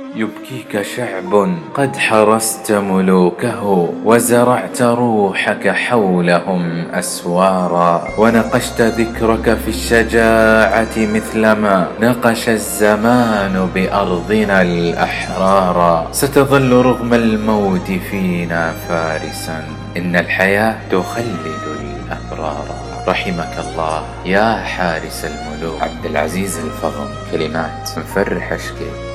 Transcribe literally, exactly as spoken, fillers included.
يبكيك شعب قد حرست ملوكه، وزرعت روحك حولهم أسوارا، ونقشت ذكرك في الشجاعة مثلما نقش الزمان بأرضنا الأحرارا. ستظل رغم الموت فينا فارسا، إن الحياة تخلد الأبرار. رحمك الله يا حارس الملوك. عبد العزيز الفغم. كلمات مفرح أشكي.